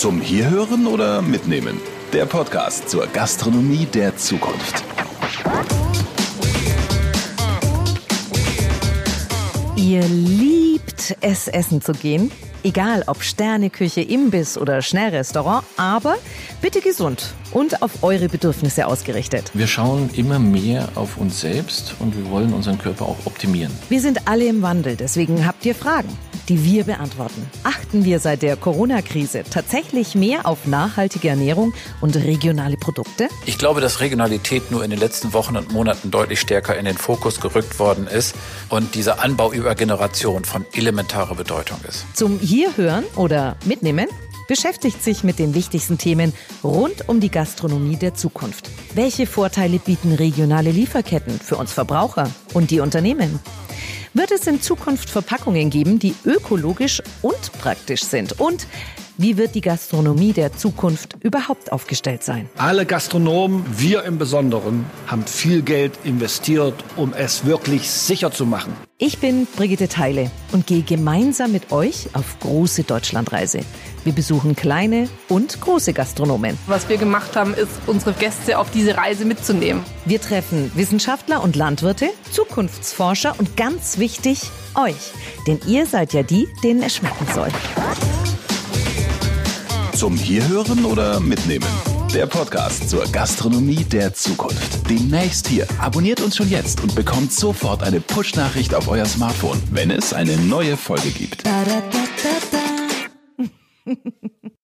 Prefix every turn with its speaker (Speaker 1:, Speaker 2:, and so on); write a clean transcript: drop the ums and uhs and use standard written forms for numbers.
Speaker 1: Zum Hierhören oder Mitnehmen? Der Podcast zur Gastronomie der Zukunft.
Speaker 2: Ihr liebt es, essen zu gehen. Egal ob Sterneküche, Imbiss oder Schnellrestaurant, aber bitte gesund und auf eure Bedürfnisse ausgerichtet.
Speaker 3: Wir schauen immer mehr auf uns selbst und wir wollen unseren Körper auch optimieren.
Speaker 2: Wir sind alle im Wandel, deswegen habt ihr Fragen, die wir beantworten. Achten wir seit der Corona-Krise tatsächlich mehr auf nachhaltige Ernährung und regionale Produkte?
Speaker 4: Ich glaube, dass Regionalität nur in den letzten Wochen und Monaten deutlich stärker in den Fokus gerückt worden ist und dieser Anbau über Generationen von elementarer Bedeutung ist.
Speaker 2: Zum Hierhören oder Mitnehmen beschäftigt sich mit den wichtigsten Themen rund um die Gastronomie der Zukunft. Welche Vorteile bieten regionale Lieferketten für uns Verbraucher und die Unternehmen? Wird es in Zukunft Verpackungen geben, die ökologisch und praktisch sind? Und wie wird die Gastronomie der Zukunft überhaupt aufgestellt sein?
Speaker 5: Alle Gastronomen, wir im Besonderen, haben viel Geld investiert, um es wirklich sicher zu machen.
Speaker 2: Ich bin Brigitte Theile und gehe gemeinsam mit euch auf große Deutschlandreise. Wir besuchen kleine und große Gastronomen.
Speaker 6: Was wir gemacht haben, ist, unsere Gäste auf diese Reise mitzunehmen.
Speaker 2: Wir treffen Wissenschaftler und Landwirte, Zukunftsforscher und ganz wichtig, euch. Denn ihr seid ja die, denen es schmecken soll.
Speaker 1: Zum Hierhören oder Mitnehmen? Der Podcast zur Gastronomie der Zukunft. Demnächst hier. Abonniert uns schon jetzt und bekommt sofort eine Push-Nachricht auf euer Smartphone, wenn es eine neue Folge gibt.